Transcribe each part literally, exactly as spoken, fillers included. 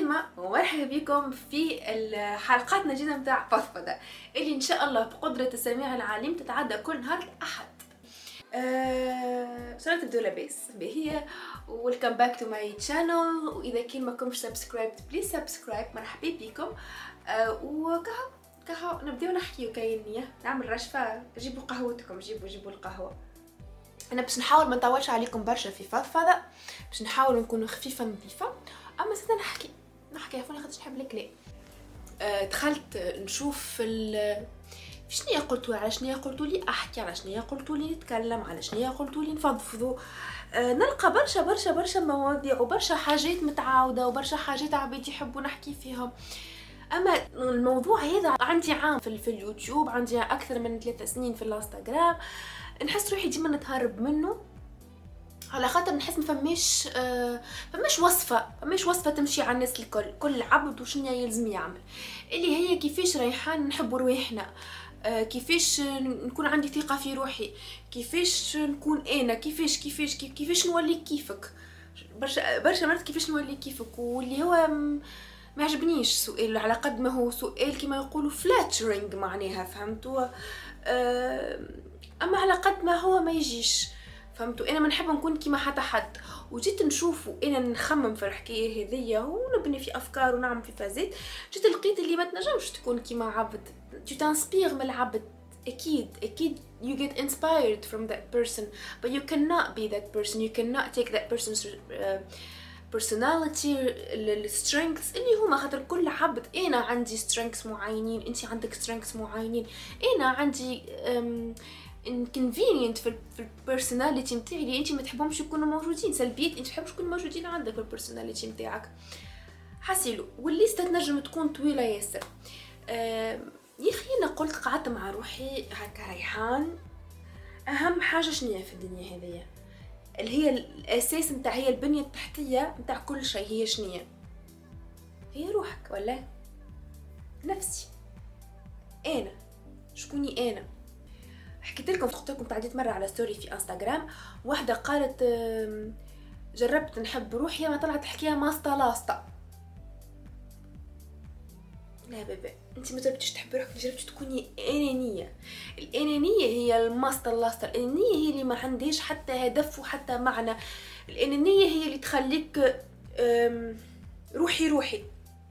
السلامة ومرحبا بكم في حلقاتنا الجديدة متاع فضفضة اللي إن شاء الله بقدرة السميع العليم تتعدى كل نهار الأحد. أه... صلاة الدولابيس هي ويلكم باك تو ماي تشانل، وإذا كان ما كنتش سبسكرايب بليز سبسكرايب. مرحبا بكم. أه... وكهو كهو نبداو نحكيو كاينية نعمل رشفة. جيبوا قهوتكم، جيبوا جيبوا القهوة. انا باش نحاول ما نطولش عليكم برشا في فضفضه، باش نحاول نكون خفيفه نظيفه. اما زيد نحكي نحكي عفوا خاطر نحب الكلام. أه دخلت نشوف ال شنو قلتوا على شنو قلتوا لي احكي، على شنو قلتوا لي نتكلم، على شنو قلتوا لي نفضفضوا. أه نلقى برشا برشا برشا مواضيع وبرشا حاجات متعاوده وبرشا حاجات عباد يحبوا نحكي فيهم. اما الموضوع هذا عندي عام في, في اليوتيوب، عندي اكثر من ثلاثة سنين في الانستغرام. نحس روحي ديما نتهرب منه على خاطر نحس ما فماش آه فماش وصفه فماش وصفه تمشي على الناس الكل. كل عبد وشنو يلزم يعمل، اللي هي كيفاش ريحان نحب روحنا، آه كيفاش نكون عندي ثقه في روحي، كيفاش نكون انا، كيفاش كيفاش كيفاش نولي كيفك. برشا برشا مرات كيفاش نولي كيفك، واللي هو ما عجبنيش سؤال على قد ما هو سؤال كما يقولوا فلاترينج معناها، فهمتوا؟ آه اما على قد ما هو ما يجيش، فهمتوا؟ انا ما نحب نكون كيما حتى حد. وجيت نشوفه انا نخمم في الحكايه هذيا ونبني في افكار ونعمل في فازات. جيت لقيت اللي ما تنجمش تكون كيما عبد، tu تنسبير من العبد. اكيد اكيد you get inspired from that person but you cannot be that person. you cannot take that person's uh, personality ال strengths اللي هما. خاطر كل عبد انا عندي strengths معينين، انت عندك strengths معينين، انا عندي um, inconvenient في ال personality متاعي اللي انت ما تحبهمش يكونوا موجودين، سلبيات انت تحبش يكونوا موجودين عندك في personality متاعك. حسيلو والليسته تنجم تكون طويله ياسر. يا اخي انا قلت قعدت مع روحي هكا ريحان، اهم حاجه شنو في الدنيا هذيا اللي هي الاساس نتاع، هي البنيه التحتيه نتاع كل شيء. هي شنو هي؟ روحك ولا نفسي. انا شكوني انا؟ حكيت لكم قلت لكم تعديت مره على ستوري في انستغرام، واحده قالت جربت نحب روحي ما طلعت الحكايه ماسطه لاسطه. لا بابا، انت ما جربتيش تحبي روحك، جربتي تكوني انانيه. الانانيه هي الماسطه اللاسطه. الانانيه هي اللي ما عندهاش حتى هدف وحتى معنى. الانانيه هي اللي تخليك روحي روحي.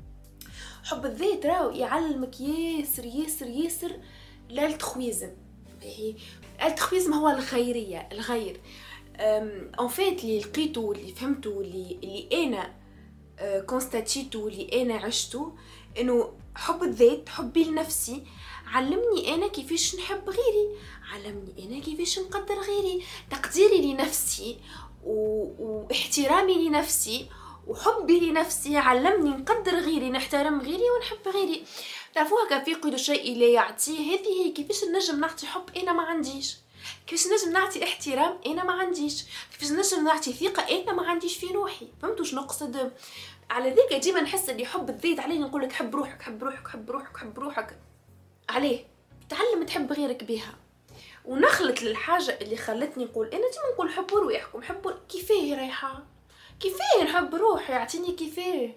حب الذات راهو يعلمك ياسر ياسر ياسر لا التخويزم. هي التخويزم هو الغيريه، الغير. ان فيت اللي لقيته واللي فهمته واللي اللي انا كونستاتيتو واللي انا عشته، انه حب الذات، حبي لنفسي، علمني انا كيفاش نحب غيري، علمني انا كيفاش نقدر غيري. تقديري لنفسي و... واحترامي لنفسي وحبي لنفسي علمني نقدر غيري، نحترم غيري ونحب غيري. تعرفوا هكا في قيد الشيء لا يعطيه. هذه هي كيفاش نجم نعطي حب انا ما عنديش، كيفاش نجم نعطي احترام انا ما عنديش، كيفاش نجم نعطي ثقه انا ما عنديش في روحي. فهمتوا شنو نقصد؟ على ذيك ديما نحس اللي حب الذات عليه نقول لك حب روحك حب روحك حب روحك حب روحك. عليه تعلم تحب غيرك بها. ونخلط للحاجه اللي خلتني نقول انا ديما نقول حبوا روحكم، حبوا. كيفاه رايحه؟ كيفاه نحب روحي؟ يعطيني كيفاه؟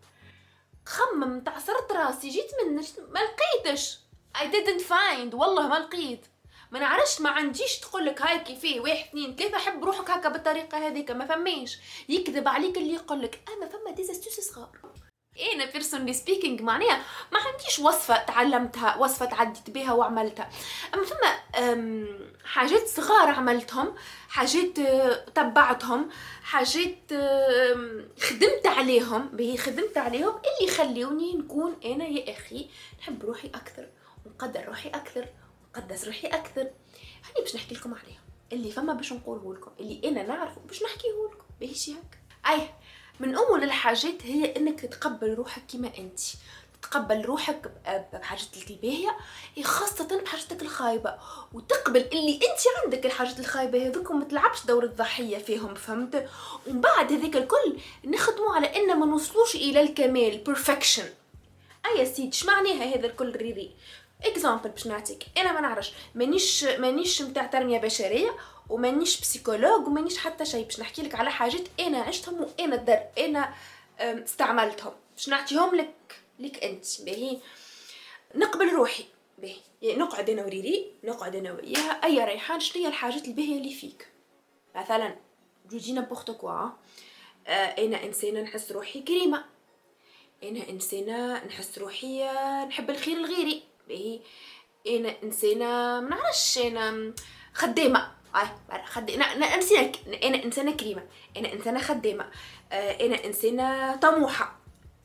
خمم تعصرت راسي، جيت من ما لقيتش. I didn't find، والله ما لقيت، ما نعرفش، ما عنديش تقولك هاي كيفاه واحد اثنين ثلاثة حب روحك هكا بالطريقة هذيك. ما فماش. يكذب عليك اللي يقولك. اما فما ديزاستوس صغار. انا بيرسونلي سبيكينج معناها ما عنديش وصفة تعلمتها، وصفة تعديت بها وعملتها. اما فما حاجات صغار عملتهم، حاجات تبعتهم، حاجات خدمت عليهم به خدمت عليهم اللي يخلوني نكون انا يا اخي نحب روحي اكثر ونقدر روحي اكثر ونقدس روحي اكثر. هاني باش نحكي لكم عليهم اللي فما باش نقوله لكم، اللي انا نعرفه باش نحكيه لكم باهيش هيك. اي من اول الحاجات هي انك تتقبل روحك كما انت، تقبل روحك بحاجتك الباهيه، خاصه بحاجتك الخايبه، وتقبل اللي انت عندك الحاجات الخايبه هذوك وما تلعبش دور الضحيه فيهم. فهمت؟ ومن بعد هذيك الكل نخدموا على ان ما نوصلوش الى الكمال perfection. اي سيدي اش معناها هذا الكل؟ ريري اكزامبل باش نعطيك. انا ما نعرفش، مانيش مانيش نتاع تنميه بشريه ومانيش بسيكولوج ومانيش حتى شيء. باش نحكي لك على حاجات انا عشتهم وانا در انا استعملتهم. باش نعطيهم لك لك انت. باهي نقبل روحي، باهي يعني نقعد انا وريري، نقعد انا وياها، اي ريحان شنو هي الحاجات الباهيه اللي فيك. مثلا جوجي نابورت كوا، آه انا انسانه نحس روحي كريمه، انا انسانه نحس روحي نحب الخير لغيري، باهي انا انسانه ما نعرفش انا خدامه، اه خدامه، انا انسانه انا انسانه كريمه، انا انسانه خدامه، آه انا انسانه طموحه،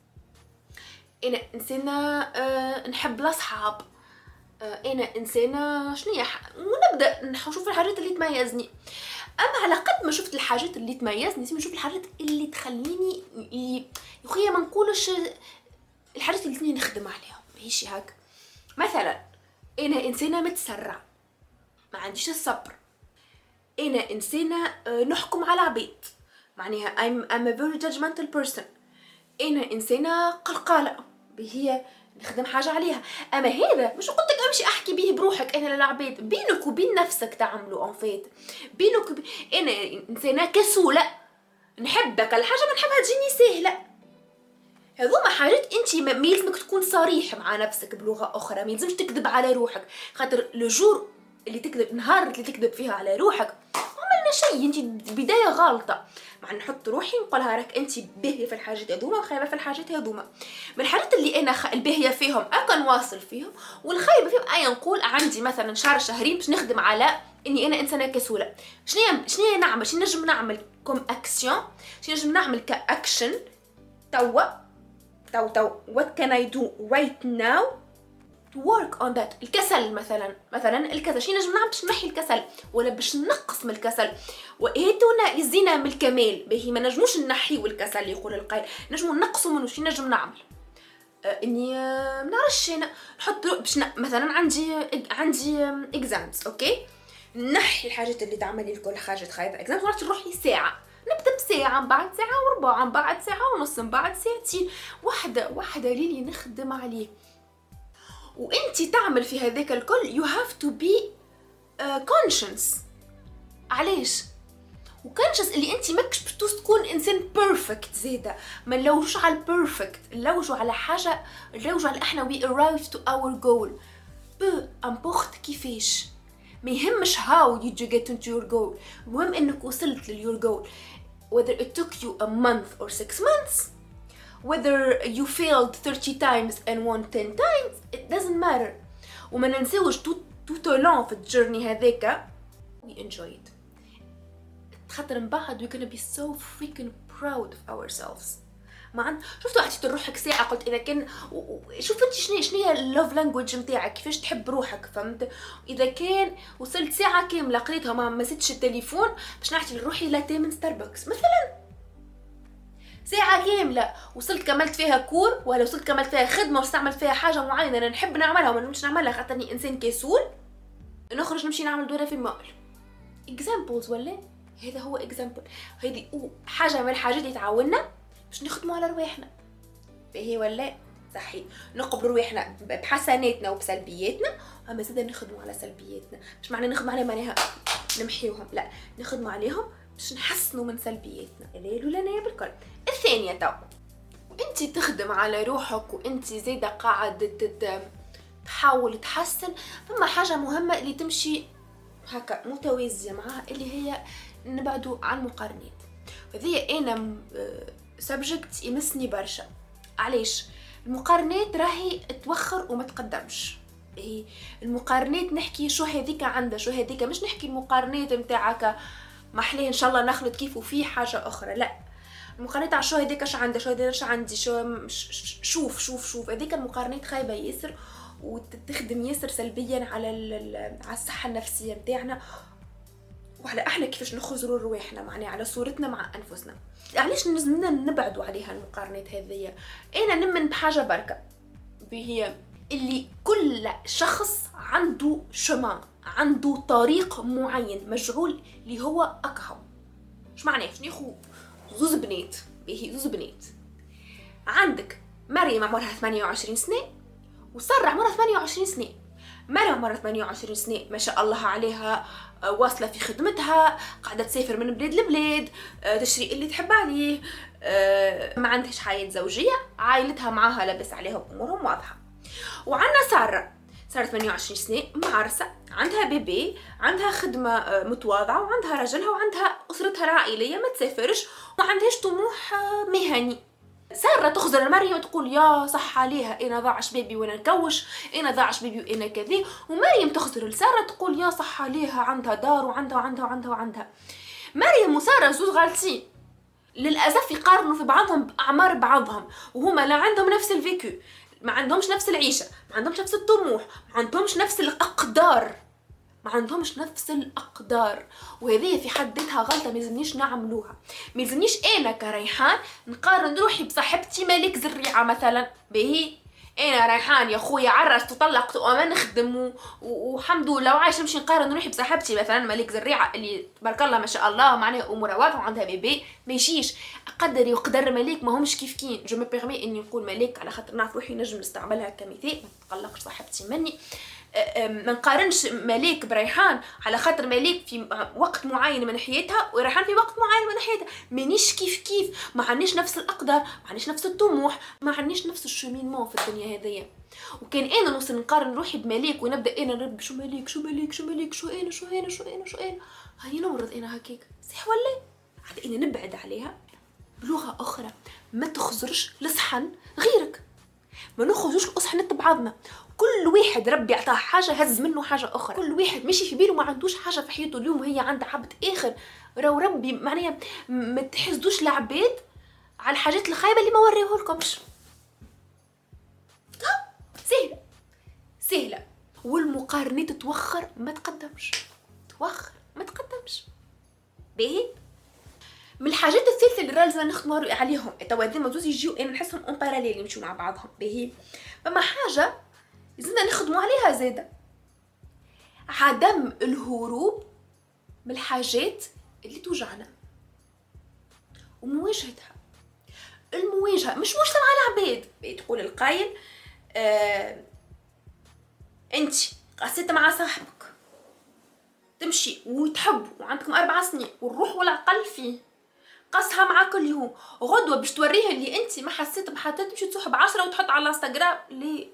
انا انسانه آه نحب الاصحاب، آه انا انسانه شنو هي، ونبدا نشوف الحاجات اللي تميزني. اما على قد ما شفت الحاجات اللي تميزني لازم نشوف الحاجات اللي تخليني يا خويا ما نقولش الحاجات اللي تخليني نخدم عليهم. ماشي هاك، مثلا انا انسانه متسرع، ما عنديش الصبر، انا انسانه نحكم على عبيد، معناها I'm, I'm a very judgmental person، انا انسانه قلقاله، هي نخدم حاجه عليها. اما هذا مش قلت لك امشي احكي به بروحك انا للعباد، بينك وبين نفسك تعملوا ان فيت، بينك وبين... انا انسانه كسوله، نحبك الحاجه ما نحبها تجيني سهله. هذوما حاجات انت ما يلزمك تكون صريح مع نفسك بلغه اخرى، ما يلزمش تكذب على روحك، خاطر لجور اللي تكذب، نهار اللي تكذب فيها على روحك عملنا شيء، انت بدايه غلطه. مع نحط روحي نقولها راك انت باهيه في الحاجات هذوما وخايبه في الحاجات هذوما. من الحاجات اللي انا خ... الباهيه فيهم اكن نواصل فيهم، والخايبه فيهم اي نقول عندي مثلا شهر شهرين باش نخدم على اني انا انسانه كسوله. شنو شنو نعمل، شنو نجم نعمل كوم اكسيون، شنو نجم نعمل كاكشن توا تو تو what can I do right now to work on that. الكسل مثلا، مثلا الكسل شنو نجم نعمل باش نحي الكسل ولا باش نقص من الكسل، وهيتونا يزينا من الكمال، باهي ما نجموش نحيو الكسل يقول القائل، نجمو نقصوا منه. شنو نجم نعمل؟ آه اني آه ما نعرفش انا نحط باش ن... مثلا عندي عندي اكزامز اوكي، نحي الحاجات اللي تعمل لي الكل حاجات خايبه. اكزامز نعطي روحي ساعه، نبدا بساعه، من بعد ساعه وربع، من بعد ساعه ونص، من بعد ساعتين، واحده واحده ليلي نخدم عليه. وانتي تعمل في هذاك الكل you have to be uh, conscious. علاش؟ وكونشس اللي انتي ماكش بتوس تكون انسان بيرفكت زيدا، ما نلوجوش على البيرفكت، نلوجو على حاجه، نلوجو على احنا we arrive to our goal peu importe كيفاش، ما يهمش how did you get into your goal، المهم انك وصلت لليور goal whether it took you a month or six months, whether you failed thirty times and won ten times, it doesn't matter. وما ننساوش tout au long في الجيرني هذاك we enjoy it، خاطر من بعد we're gonna be so freaking proud of ourselves. ما عند شفتوا عطيت روحك ساعه قلت اذا كان و... و... شوف انت شنو شنو هي اللوف لانجويج نتاعك، كيفاش تحب روحك، فهمت؟ اذا كان وصلت ساعه كامله قريتها ما مسيتش التليفون باش نعطي لروحي لاتيه من ستاربكس مثلا، ساعه كامله وصلت كملت فيها كور، ولا وصلت كملت فيها خدمه واستعملت فيها حاجه معينه انا نحب نعملها وما نمشي نعملها خاطرني انسان كسول، نخرج نمشي نعمل دوره في المول. examples ولا هذا هو example، هذه حاجه من الحاجات اللي تعاوننا باش نخدموا على رواحنا، باهي ولا صحيح؟ نقبل رواحنا بحسناتنا وبسلبياتنا، اما زاده نخدموا على سلبياتنا، مش معنى نخدم عليها معناها نمحيوهم، لا نخدموا عليهم باش نحسنوا من سلبياتنا. الليل ولا نايا بالكل. الثانيه تو وانت تخدم على روحك وانت زاده قاعده تحاول تحسن، فما حاجه مهمه اللي تمشي هكا متوازيه معها، اللي هي نبعدوا عن المقارنات. وهذه انا سبجكت يمسني برشا. علاش؟ المقارنات راهي توخر وما تقدمش. هي المقارنات نحكي شو هذيك عندها شو هذيك، مش نحكي المقارنات نتاعك محليه ان شاء الله نخلط كيف وفي حاجه اخرى، لا المقارنات على شو هذيك اش عندها شو هذيك اش عندي شو شوف شوف شوف هذيك المقارنات خايبه ياسر وتخدم ياسر سلبيا على على الصحه النفسيه نتاعنا وعلى احنا كيفاش نخزروا رواحنا، معناها على صورتنا مع انفسنا. علاش لازمنا نبعدوا عليها المقارنات هذية؟ انا نمن بحاجه بركه هي اللي كل شخص عنده شما، عنده طريق معين مجعول اللي هو اكهم. اش معناه؟ شنو يخو زوز بنات، باهي زوز بنات، عندك مريم عمرها ثمانية وعشرين سنه وساره عمرها ثمانية وعشرين سنه. مرة عمرها ثمانية وعشرين سنة ما شاء الله عليها، واصلة في خدمتها، قاعدة تسافر من بلاد لبلاد، تشري اللي تحب عليه، ما عندهاش حياة زوجية، عائلتها معاها لابس عليها أمورهم واضحة. وعندنا سارة، سارة ثمانية وعشرين سنة، معرسة، عندها بيبي، عندها خدمة متواضعة، وعندها رجلها، وعندها أسرتها العائلية، ما تسافرش، وما عندهاش طموح مهني. سارة تخزر مريم وتقول يا صح عليها، انا ضاع شبابي وانا نكوش، انا ضاع شبابي وانا كذي. ومريم تخزر لسارة تقول يا صح عليها، عندها دار وعندها وعندها وعندها وعندها. مريم وسارة زوج غالطين للاسف، يقارنوا في بعضهم باعمار بعضهم، وهما لا عندهم نفس الفيكو، ما عندهمش نفس العيشة، ما عندهمش نفس الطموح، ما عندهمش نفس الاقدار، ما عندهمش نفس الاقدار. وهذه في حد ذاتها غلطه ما يلزمنيش نعملوها. ما يلزمنيش انا كريحان نقارن روحي بصاحبتي ملك زريعه مثلا. باهي انا ريحان يا خويا عرست وطلقت وما نخدم والحمد لله وعايش، نمشي نقارن روحي بصاحبتي مثلا ملك زريعه اللي تبارك الله ما شاء الله معناها امورها واضحه وعندها بيبي. ما يشيش قدري وقدر ملك ما همش كيف كين. جو مي بيرمي اني نقول ملك على خاطر نعرف روحي نجم نستعملها كمثال. ما تقلقش صاحبتي مني، ما نقارنش مليك بريحان على خاطر مليك في وقت معين من حياتها وريحان في وقت معين من حياتها. مانيش كيف كيف، ما عندناش نفس الاقدار، ما عندناش نفس الطموح، ما عندناش نفس الشمينمون في الدنيا هذيا. وكان انا نوصل نقارن روحي بمليك ونبدا انا نرد شو مليك شو مليك شو مليك شو انا شو انا شو انا شو انا هاي نمرض انا هكاك صح ولا عاد انا نبعد عليها بلغه اخرى. ما تخزرش لصحن غيرك، ما نخرجوش الأصحنات بعضنا. كل واحد ربي عطاه حاجه هز منه حاجه اخرى. كل واحد ماشي في باله ما عندوش حاجه في حياته اليوم وهي عندها عبد اخر. راهو ربي معناها ما تحسدوش العباد على الحاجات الخايبه اللي ما وريوه لكمش. سهله سهله. والمقارنات توخر ما تقدمش، توخر ما تقدمش. باهي من الحاجات الثالثه اللي لازم نخدموا عليهم توا هذوما زوز يجيو انا نحسهم اون باراليل يمشوا مع بعضهم. باهي فما حاجه لازمنا نخدموا عليها زاده، عدم الهروب من الحاجات اللي توجعنا ومواجهتها. المواجهه مش مش مع العباد. تقول القايل آه انت قصيت مع صاحبك تمشي وتحب وعندكم اربع سنين والروح والعقل فيه، قصها معاك اليوم، غدوه باش توريها اللي انت ما حسيت بحتى تمشي تصاحب عشرة وتحط على انستغرام. ليه؟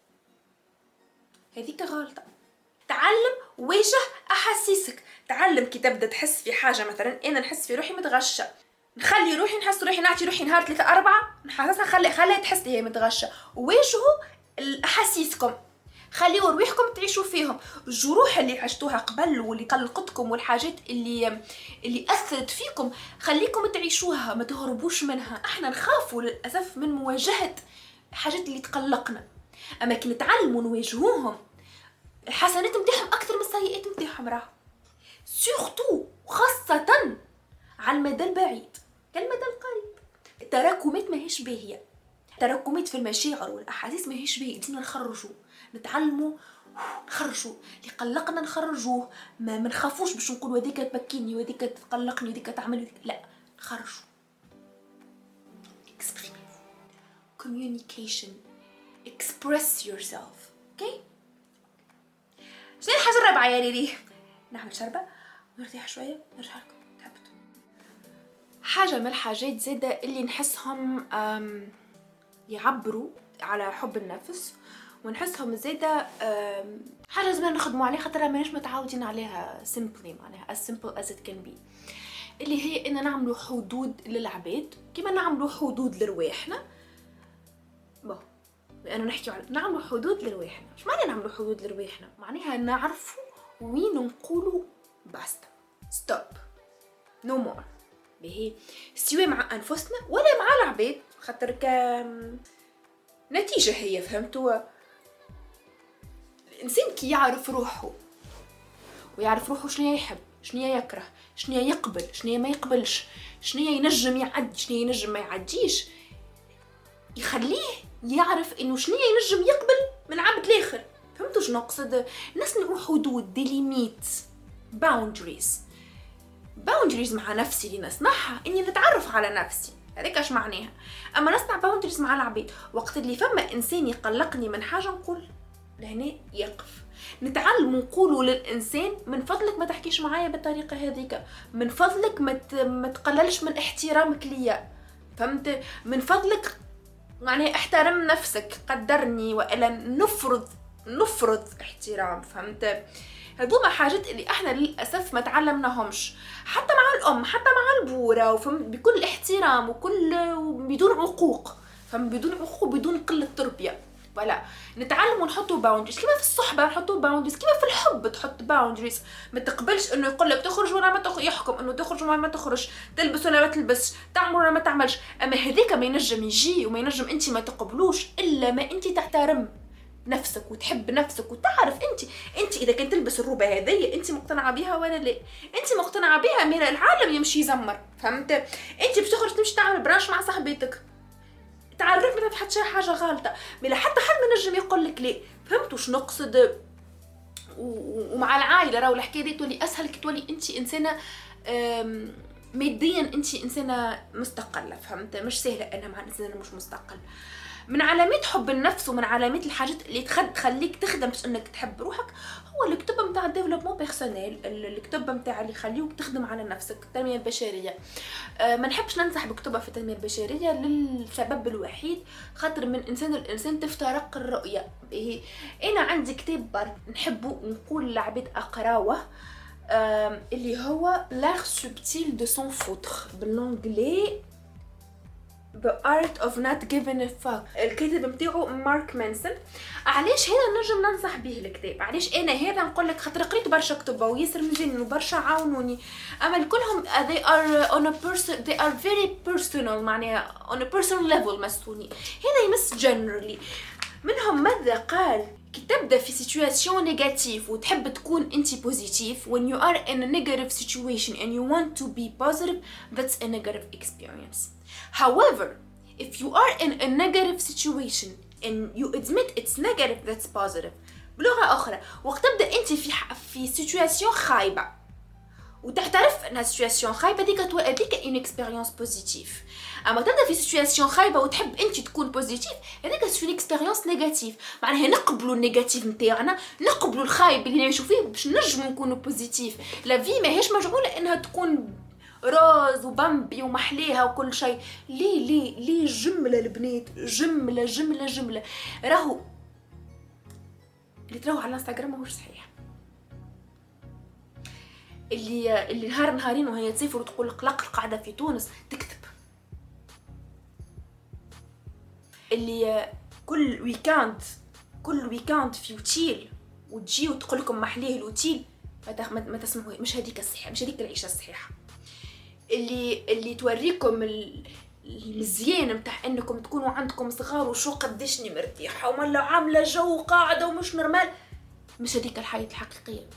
هذيك غلطه. تعلم واجه احاسيسك. تعلم كي تبدا تحس في حاجه، مثلا انا نحس في روحي متغشه، نخلي روحي نحس روحي نعطي روحي نهار ثلاثة أربعة نحسسها، خلي خليها تحس لي هي متغشه. واجهوا احاسيسكم، خليوا روحكم تعيشوا فيهم. الجروح اللي عشتوها قبل واللي قلقتكم والحاجات اللي اللي اثرت فيكم خليكم تعيشوها، ما تهربوش منها. احنا نخافوا للاسف من مواجهه الحاجات اللي تقلقنا، اما كي نتعلموا نواجهوهم الحسنات نتاعهم اكثر من السيئات نتاعهم. راه سورتو خاصه على المدى البعيد كالمدى القريب. التراكمات ماهيش باهيه، تراكمات في المشاعر والاحاسيس ماهيش باهيه. بدنا نخرجوا، نتعلموا نخرجوا اللي قلقنا نخرجوه. ما منخافوش باش نقولوا هذيك تبكيني وهذيك تقلقني وهذيك تعمل وذيك. لا، نخرجوا. exprimez communication express yourself. اوكي شنو الحاجه الرابعه يا ريري؟ نعمل شربه ونرتاح شويه نرجع لكم. تعبت. حاجه من الحاجات زاده اللي نحسهم يعبروا على حب النفس ونحسهم زاده حاجه لازم نخدموا عليها خاطر ماناش متعودين عليها simply معناها as simple as it can be، اللي هي ان نعملوا حدود للعباد كما نعملوا حدود لرواحنا. بو انا نحكي على نعملوا حدود لرواحنا. اش معنى نعملوا حدود لرواحنا؟ معناها نعرفوا وين نقولوا باستا ستوب نو مور. باهي سواء مع انفسنا ولا مع العباد، خاطر ك نتيجه هي فهمتوا. الانسان كي يعرف روحه ويعرف روحه شنو يحب شنو يكره شنو يقبل شنو ما يقبلش شنو ينجم يعدي شنو ينجم ما يعديش، يخليه يعرف انه شنو ينجم يقبل من عبد الاخر. فهمتوا شنو نقصد؟ نصنعوا حدود دي ليميت باوندريز. باوندريز مع نفسي اللي نصنعها اني نتعرف على نفسي، هذيك اش معناها. اما نصنع باوندريز مع العباد وقت اللي فما انسان يقلقني من حاجه نقول لهنا يقف. نتعلم نقولوا للإنسان من فضلك ما تحكيش معايا بالطريقة هذيك، من فضلك ما ما تقللش من احترامك ليا، فهمت؟ من فضلك معناها احترم نفسك، قدرني، وإلا نفرض نفرض احترام، فهمت؟ هذوما حاجات اللي احنا للاسف ما تعلمناهمش، حتى مع الام، حتى مع البوره، وفهم بكل احترام وكل بدون عقوق، فهم بدون عقوق، بدون قله تربيه. ولا نتعلم ونحطوا باوندريز، كيما في الصحبه نحطوا باوندريز، كيما في الحب تحط باوندريز. ما تقبلش انه يقول لك تخرج ولا ما تخرج، يحكم انه تخرج ولا ما تخرج، تلبس ولا ما تلبس، تعمل ولا ما تعملش. اما هذيك ما ينجم يجي وما ينجم انت ما تقبلوش الا ما انت تحترم نفسك وتحب نفسك وتعرف انت انت اذا كنت تلبس الروبه هذه انت مقتنعه بها ولا لا. انت مقتنعه بها من العالم يمشي يزمر، فهمت؟ انت باش تخرج تمشي تعمل براش مع صاحبتك، تعرف ما تحط شي حاجه غلطه، ملا حتى حد ما نجم يقول لك ليه. فهمت واش نقصد؟ ومع العائله راهو الحكايه دي تولي اسهل كي تولي انت انسانه ماديا، انت انسانه مستقله، فهمت؟ مش سهله انها مع انسان مش مستقل. من علامات حب النفس ومن علامات الحاجات اللي تخليك تخدم باش انك تحب روحك هو الكتب نتاع الديفلوبمون بيرسونيل، الكتب نتاع اللي يخليوك تخدم على نفسك، التنميه البشريه. أه ما نحبش ننصح بكتبها في التنميه البشريه للسبب الوحيد خاطر من انسان الانسان تفترق الرؤيه. به انا عندي كتاب برك نحبه ونقول للعباد اقراوه، أه اللي هو لار سوبتيل دو سون فوتر بالانجلي The Art of Not Giving a Fuck. الكاتب متاعو مارك مانسون. علاش هذا نجم ننصح به الكتاب؟ علاش انا هذا نقول لك؟ خاطر قريت برشا كتب وياسر مزيان وبرشا عاونوني، اما كلهم they are on a person they are very personal، معناها on a personal level مسوني. هذا يمس generally. منهم ماذا قال؟ كي تبدا في situation نيجاتيف وتحب تكون انت بوزيتيف، when you are in a negative situation and you want to be positive, that's a negative experience. However, if you are in a negative situation and you admit it's negative, that's positive. بلغة أخرى، وقت تبدأ أنت في في situation خايبة وتعترف أنها situation خايبة، ديك توا هذيك une expérience positive. أما تبدأ في situation خايبة وتحب أنت تكون positive، هذيك une expérience négative. معناها نقبلوا النيجاتيف نتاعنا، نقبلوا الخايب اللي نعيشوا فيه باش نجموا نكونوا positive. لا في ماهيش مجعولة أنها تكون روز وبامبي ومحليها وكل شيء. ليه ليه ليه جملة البنات، جملة جملة جملة. راهو اللي تراهو على الانستغرام ماهوش صحيح، اللي اللي نهار نهارين وهي تسافر وتقول قلق القاعدة في تونس تكذب، اللي كل ويكاند كل ويكاند في اوتيل وتجي وتقول لكم محليه الاوتيل ما تسمعوه، مش هذيك الصحة، مش هذيك العيشة الصحيحة. اللي اللي توريكم المزيان متاع انكم تكونوا عندكم صغار وشو قديشني مرتاحه وملا عامله جو قاعده ومش نورمال، مش هذيك الحياه الحقيقيه.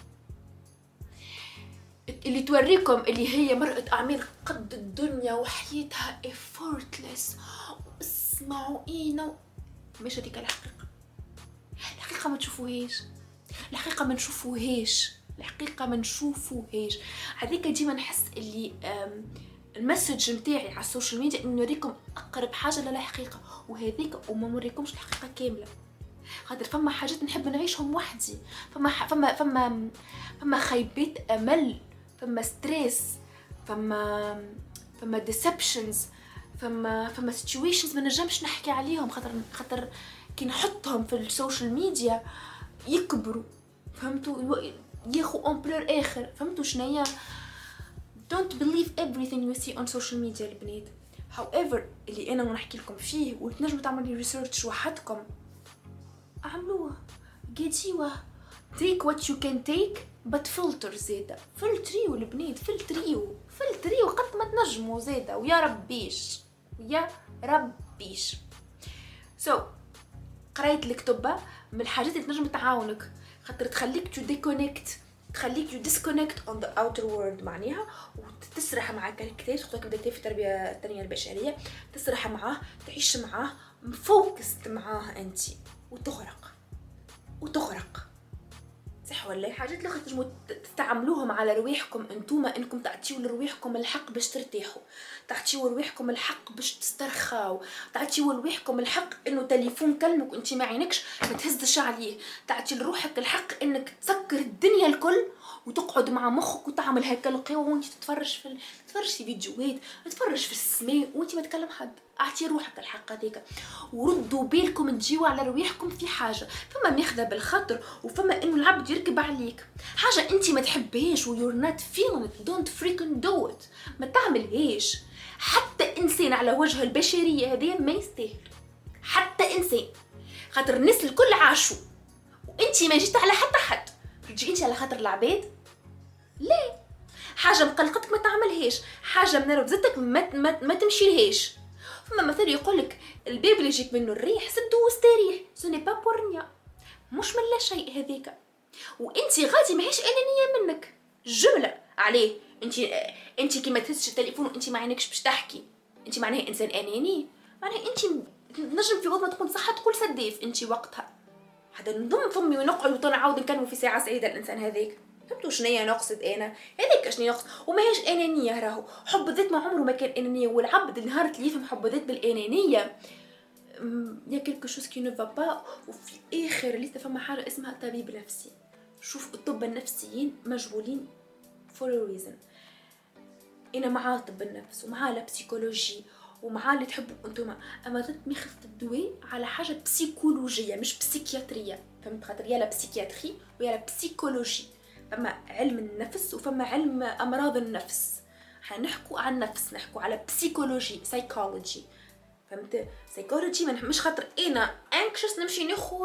اللي توريكم اللي هي مرأة اعمال قد الدنيا وحياتها effortless اسمعوا اينا، مش هذيك الحقيقه. الحقيقه ما تشوفوهاش، الحقيقه ما نشوفوهاش، الحقيقه ما نشوفوهاش. هذيك ديما نحس اللي المسج نتاعي على السوشيال ميديا انه نوريكم اقرب حاجه للحقيقه، وهذيك وما نوريكمش الحقيقه كامله. خاطر فما حاجات نحب نعيشهم وحدي، فما فما فما فما خيبات امل، فما ستريس، فما فما ديسبشنز، فما فما سيتويشنز ما نجمش نحكي عليهم خاطر خاطر كي نحطهم في السوشيال ميديا يكبروا، فهمتوا؟ ياخو امبلور اخر، فهمتوا شنيا؟ don't believe everything you see on social media البنات. however اللي انا نحكي لكم فيه وتنجموا تعملوا ريسيرش وحدكم، اعملوه قديوه. take what you can take but filter زيادة، فلتريو البنات، فلتريو فلتريو قد ما تنجموا زيادة، ويا ربيش ويا ربيش. so قرأت الكتبة من الحاجات اللي تنجم تعاونك خاطر تخليك تو ديكونكت، تخليك يو ديسكونكت اون ذا اوتر وورلد، معناها وتسرح مع الكتاب. خاطر بدات في التربيه التنميه البشريه، تسرح معاه، تعيش معاه، مفوكست معاه انت، وتغرق وتغرق صح ولا؟ حاجات الاخرى تنجموا تعملوهم على رواحكم انتوما، انكم تعطيو لرواحكم الحق باش ترتاحوا، تعطيو لرواحكم الحق باش تسترخاو، تعطيو لرواحكم الحق انه تليفون كلمك وانت ما عينكش ما تهزش عليه، تعطي لروحك الحق انك تسكر الدنيا الكل وتقعد مع مخك وتعمل هكا القهوه وانت تتفرج في تتفرج في فيديوهات، تتفرج في السماء وانت ما تكلم حد. اعطي روحك الحق هذيك، وردوا بالكم تجيوا على رواحكم في حاجه، فما ماخذه بالخاطر وفما انه العبد يركب عليك حاجه انت ما تحبهاش ويور نوت فيلينغ ات، دونت فريكن دو ات، ما تعملهاش. حتى انسان على وجه البشريه هذه ما يستاهل، حتى انسان، خاطر الناس الكل عاشوا وانت ما جيت على حتى حد، تجي انت على خاطر العباد؟ لا، حاجه مقلقتك ما تعملهاش، حاجه منرفزتك ما ما, ما تمشيلهاش. فما مثل يقولك الباب اللي يجيك منه الريح سدو واستريح، سوني با بورنيا، مش من لا شيء هذيك. وانت غادي ماهيش انانيه منك جمله عليه، انت انت كي ما تهزش التليفون وانت ما عينكش باش تحكي، انت معناها انسان اناني؟ معناها انت نجم في وقت ما تكون صح تقول سديف انت وقتها. هذا نضم فمي ونقعد ونعاود نكلموا في ساعه سعيده الانسان هذاك. فهمتوا شنيا نقصد انا؟ هذيك شنيا نقصد، وماهيش انانيه. راهو حب الذات ما عمره ما كان انانيه، والعبد النهار اللي يفهم حب الذات بالانانيه يا كيلكو شوز كي نو فا با. وفي اخر لسه فما حاجه اسمها طبيب نفسي. شوف الطب النفسيين مجهولين فور ا ريزن. انا مع طب النفس ومع لا بسيكولوجي ومع اللي تحبوا انتم، اما تتمخذ الدواء على حاجه بسيكولوجيه مش بسيكياتريه. فهمت؟ خاطر يا لا بسيكياتري ويا لا بسيكولوجي، فما علم النفس وفما علم امراض النفس. حنحكوا عن النفس، نحكوا على بسيكولوجي سايكولوجي. فهمت؟ سايكولوجي مش خاطر انا انكشس نمشي ناخذ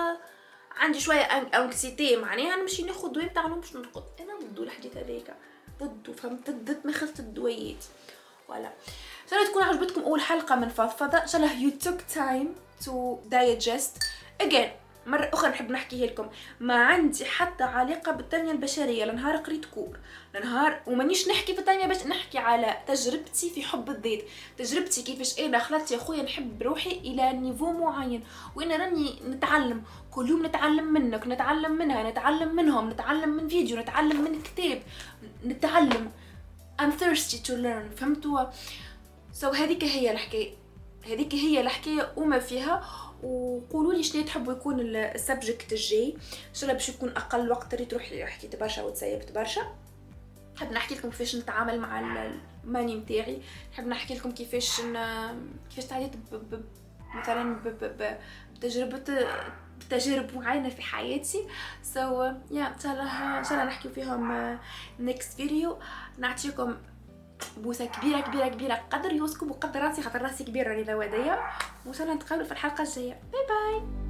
عندي شويه انكسيتي معناها نمشي ناخذ دواء تاع نوم باش نرقد. انا ضد الحديث هذاك، ضد. فهمت؟ ضد مخلة الدويات. ولا ان شاء الله تكون عجبتكم اول حلقه من فضفضه. ان شاء الله you took time to digest again. مرة أخرى نحب نحكيه لكم، ما عندي حتى علاقة بالتنمية البشرية. لنهار قريت كور، لنهار ومانيش نحكي في التنمية باش نحكي على تجربتي في حب الذات، تجربتي كيفاش أنا خلطت يا خويا نحب روحي إلى نيفو معين، وأنا راني نتعلم كل يوم، نتعلم منك، نتعلم منها، نتعلم منهم، نتعلم من فيديو، نتعلم من كتاب، نتعلم. I'm thirsty to learn. فهمتوا؟ سو so, هذيك هي الحكاية، هذيك هي الحكاية وما فيها. وقولوا لي شنو تحبوا يكون السبجكت الجاي. ان شاء الله باش يكون اقل وقت، ريت روحي حكيت برشا وتسيبت برشا. نحب نحكي لكم كيفاش نتعامل مع الماني نتاعي، نحب نحكي لكم كيفاش ن... كيفاش تعديت ب... ب... مثلا ب... ب... بتجربه تجارب معينه في حياتي. سو so, يا yeah, ان شاء الله ان شاء الله نحكي فيهم نيكست فيديو. نعطيكم بوسه كبيره كبيره كبيره قدر يوسكم وقدر راسي، خاطر راسي كبيره راني ذواديه. وان شاء الله نتقابلوا في الحلقه الجايه. باي باي.